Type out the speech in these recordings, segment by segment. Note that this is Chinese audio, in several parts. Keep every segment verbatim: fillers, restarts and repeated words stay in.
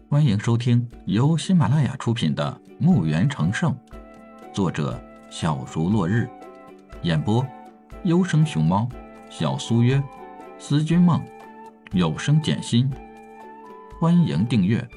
欢迎收听由喜马拉雅出品的《墓园成圣》，作者小竹落日，演播优生熊猫、小苏约、思君梦、有声简心。欢迎订阅。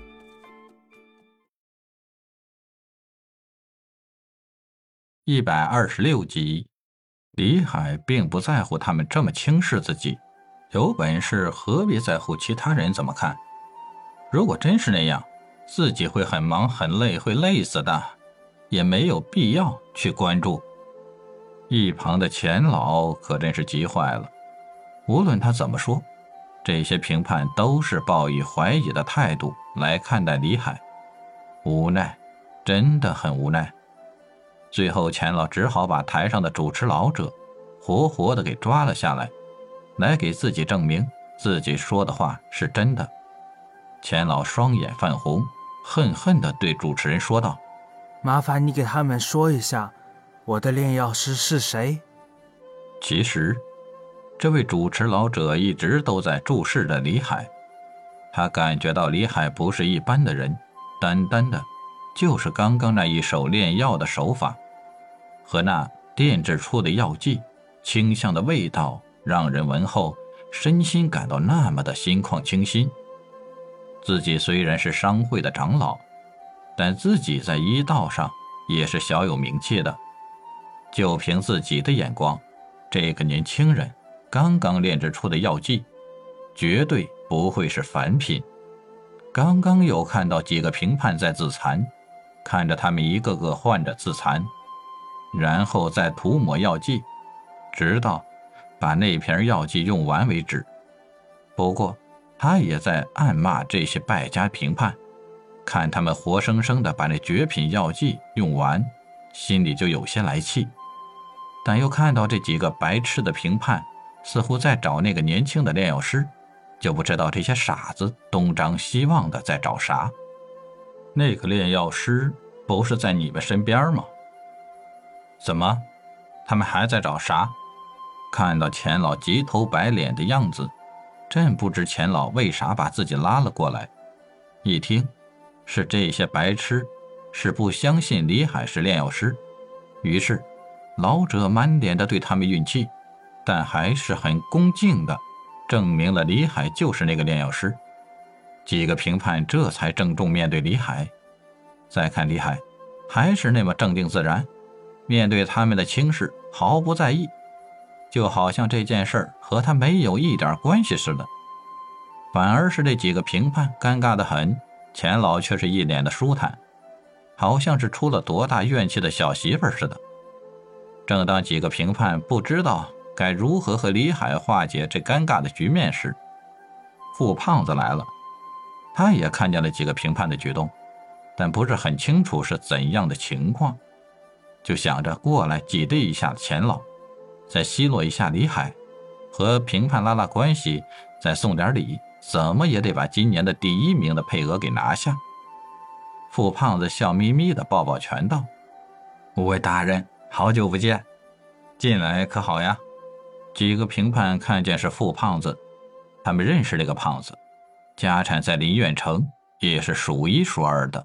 一百二十六集，李海并不在乎他们这么轻视自己，有本事何必在乎其他人怎么看？如果真是那样，自己会很忙很累，会累死的，也没有必要去关注。一旁的钱老可真是急坏了，无论他怎么说，这些评判都是抱以怀疑的态度来看待李海，无奈，真的很无奈。最后钱老只好把台上的主持老者活活的给抓了下来，来给自己证明自己说的话是真的。钱老双眼泛红，恨恨地对主持人说道： 麻烦你给他们说一下，我的炼药师是谁？ 其实这位主持老者一直都在注视着李海，他感觉到李海不是一般的人，单单的就是刚刚那一手炼药的手法和那炼制出的药剂清香的味道，让人闻后身心感到那么的心旷清新。自己虽然是商会的长老，但自己在医道上也是小有名气的，就凭自己的眼光，这个年轻人刚刚炼制出的药剂绝对不会是凡品。刚刚有看到几个评判在自残，看着他们一个个患者自残，然后再涂抹药剂，直到把那瓶药剂用完为止。不过他也在暗骂这些败家评判，看他们活生生的把那绝品药剂用完，心里就有些来气。但又看到这几个白痴的评判似乎在找那个年轻的炼药师，就不知道这些傻子东张西望的在找啥。那个炼药师不是在你们身边吗？怎么他们还在找啥？看到钱老急头白脸的样子，真不知钱老为啥把自己拉了过来。一听是这些白痴是不相信李海是炼药师，于是老者满脸的对他们运气，但还是很恭敬的证明了李海就是那个炼药师。几个评判这才郑重面对李海，再看李海还是那么镇定自然，面对他们的轻视毫不在意，就好像这件事和他没有一点关系似的。反而是这几个评判尴尬得很，钱老却是一脸的舒坦，好像是出了多大怨气的小媳妇似的。正当几个评判不知道该如何和李海化解这尴尬的局面时，傅胖子来了。他也看见了几个评判的举动，但不是很清楚是怎样的情况，就想着过来挤兑一下钱老，再奚落一下李海，和评判拉拉关系，再送点礼，怎么也得把今年的第一名的配额给拿下。傅胖子笑眯眯地抱抱拳道：五位大人，好久不见，进来可好呀？几个评判看见是傅胖子，他们认识这个胖子，家产在林苑城也是数一数二的。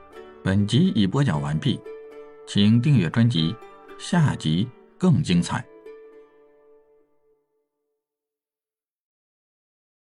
本集已播讲完毕，请订阅专辑，下集更精彩。